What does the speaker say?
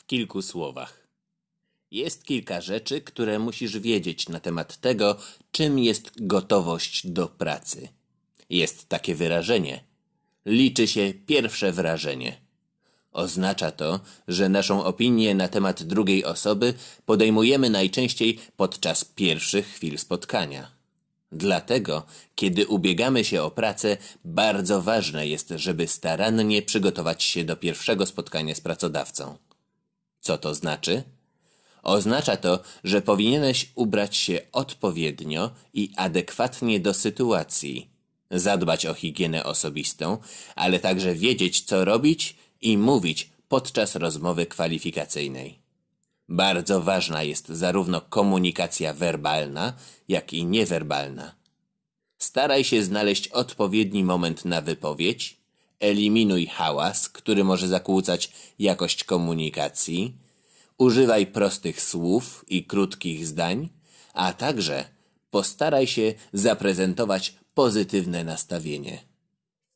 w kilku słowach. Jest kilka rzeczy, które musisz wiedzieć na temat tego, czym jest gotowość do pracy. Jest takie wyrażenie. Liczy się pierwsze wrażenie. Oznacza to, że naszą opinię na temat drugiej osoby podejmujemy najczęściej podczas pierwszych chwil spotkania. Dlatego, kiedy ubiegamy się o pracę, bardzo ważne jest, żeby starannie przygotować się do pierwszego spotkania z pracodawcą. Co to znaczy? Oznacza to, że powinieneś ubrać się odpowiednio i adekwatnie do sytuacji, zadbać o higienę osobistą, ale także wiedzieć, co robić i mówić podczas rozmowy kwalifikacyjnej. Bardzo ważna jest zarówno komunikacja werbalna, jak i niewerbalna. Staraj się znaleźć odpowiedni moment na wypowiedź, eliminuj hałas, który może zakłócać jakość komunikacji, używaj prostych słów i krótkich zdań, a także postaraj się zaprezentować pozytywne nastawienie.